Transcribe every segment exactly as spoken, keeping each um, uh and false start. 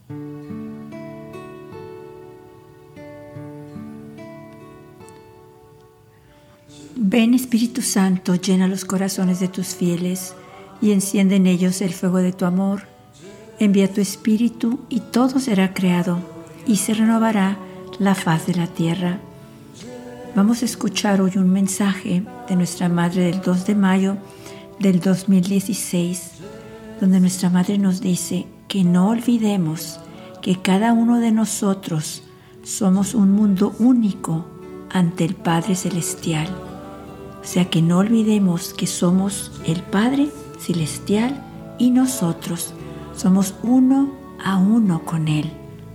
Ven, Espíritu Santo, llena los corazones de tus fieles y enciende en ellos el fuego de tu amor. Envía tu Espíritu y todo será creado y se renovará la faz de la tierra. Vamos a escuchar hoy un mensaje de nuestra Madre del dos de mayo del dos mil dieciséis, donde nuestra Madre nos dice que no olvidemos que cada uno de nosotros somos un mundo único ante el Padre Celestial. O sea, que no olvidemos que somos el Padre Celestial y nosotros somos uno a uno con Él,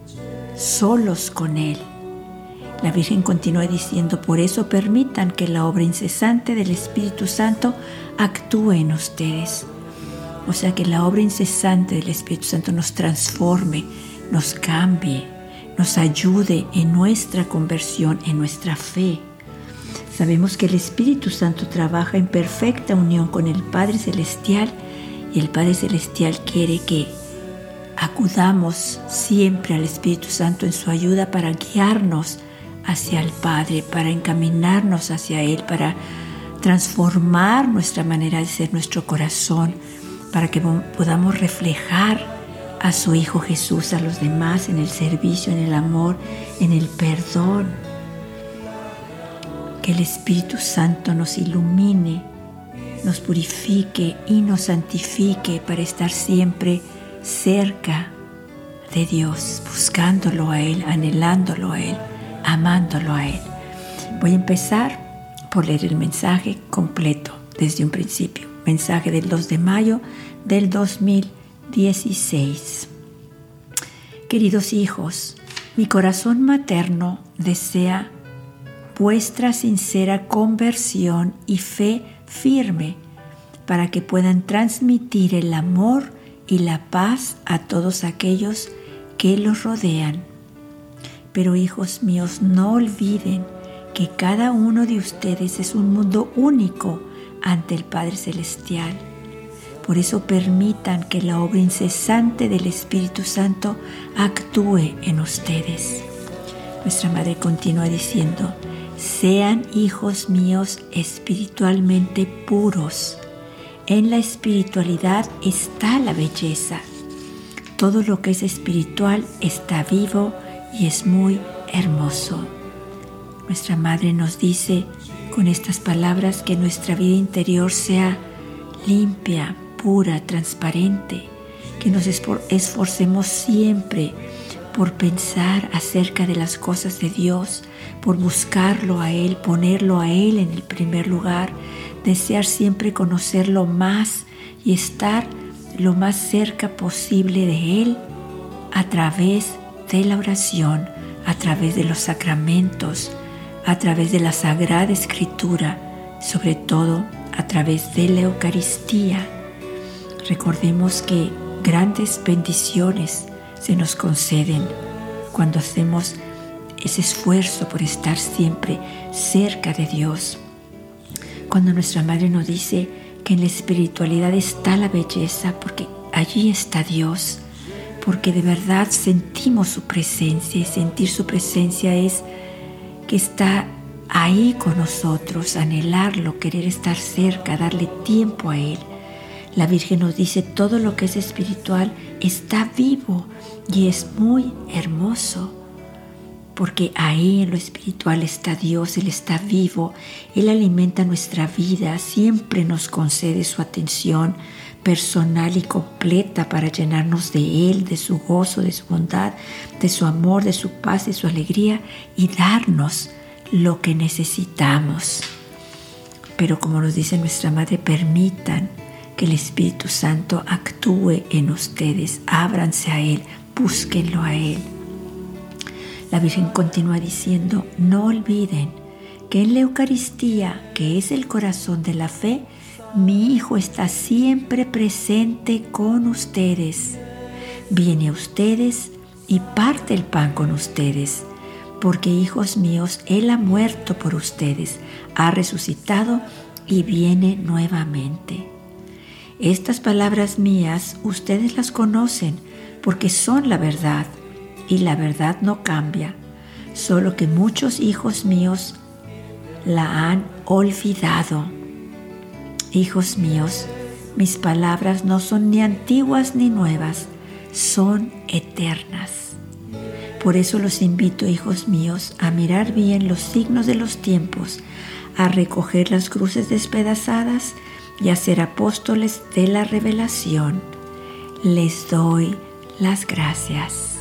solos con Él. La Virgen continúa diciendo: por eso permitan que la obra incesante del Espíritu Santo actúe en ustedes. O sea, que la obra incesante del Espíritu Santo nos transforme, nos cambie, nos ayude en nuestra conversión, en nuestra fe. Sabemos que el Espíritu Santo trabaja en perfecta unión con el Padre Celestial y el Padre Celestial quiere que acudamos siempre al Espíritu Santo en su ayuda para guiarnos hacia el Padre, para encaminarnos hacia Él, para transformar nuestra manera de ser, nuestro corazón, para que podamos reflejar a su Hijo Jesús a los demás en el servicio, en el amor, en el perdón. Que el Espíritu Santo nos ilumine, nos purifique y nos santifique para estar siempre cerca de Dios, buscándolo a Él, anhelándolo a Él, amándolo a Él. Voy a empezar por leer el mensaje completo desde un principio. Mensaje del dos de mayo del dos mil dieciséis. Queridos hijos, mi corazón materno desea vuestra sincera conversión y fe firme para que puedan transmitir el amor y la paz a todos aquellos que los rodean. Pero, hijos míos, no olviden que cada uno de ustedes es un mundo único ante el Padre Celestial. Por eso permitan que la obra incesante del Espíritu Santo actúe en ustedes. Nuestra Madre continúa diciendo: sean, hijos míos, espiritualmente puros. En la espiritualidad está la belleza. Todo lo que es espiritual está vivo y es muy hermoso. Nuestra Madre nos dice con estas palabras que nuestra vida interior sea limpia, pura, transparente, que nos esforcemos siempre por pensar acerca de las cosas de Dios, por buscarlo a Él, ponerlo a Él en el primer lugar, desear siempre conocerlo más y estar lo más cerca posible de Él a través de la oración, a través de los sacramentos, a través de la Sagrada Escritura, sobre todo a través de la Eucaristía. Recordemos que grandes bendiciones se nos conceden cuando hacemos ese esfuerzo por estar siempre cerca de Dios. Cuando nuestra Madre nos dice que en la espiritualidad está la belleza, porque allí está Dios, porque de verdad sentimos su presencia, y sentir su presencia es que está ahí con nosotros, anhelarlo, querer estar cerca, darle tiempo a Él. La Virgen nos dice: todo lo que es espiritual está vivo y es muy hermoso, porque ahí en lo espiritual está Dios, Él está vivo, Él alimenta nuestra vida, siempre nos concede su atención personal y completa para llenarnos de Él, de su gozo, de su bondad, de su amor, de su paz, de su alegría y darnos lo que necesitamos. Pero como nos dice nuestra Madre, permitan que el Espíritu Santo actúe en ustedes, ábranse a Él, búsquenlo a Él. La Virgen continúa diciendo: no olviden que en la Eucaristía, que es el corazón de la fe, mi Hijo está siempre presente con ustedes. Viene a ustedes y parte el pan con ustedes, porque, hijos míos, Él ha muerto por ustedes, ha resucitado y viene nuevamente. Estas palabras mías ustedes las conocen, porque son la verdad, y la verdad no cambia, solo que muchos hijos míos la han olvidado. Hijos míos, mis palabras no son ni antiguas ni nuevas, son eternas. Por eso los invito, hijos míos, a mirar bien los signos de los tiempos, a recoger las cruces despedazadas y a ser apóstoles de la revelación. Les doy las gracias.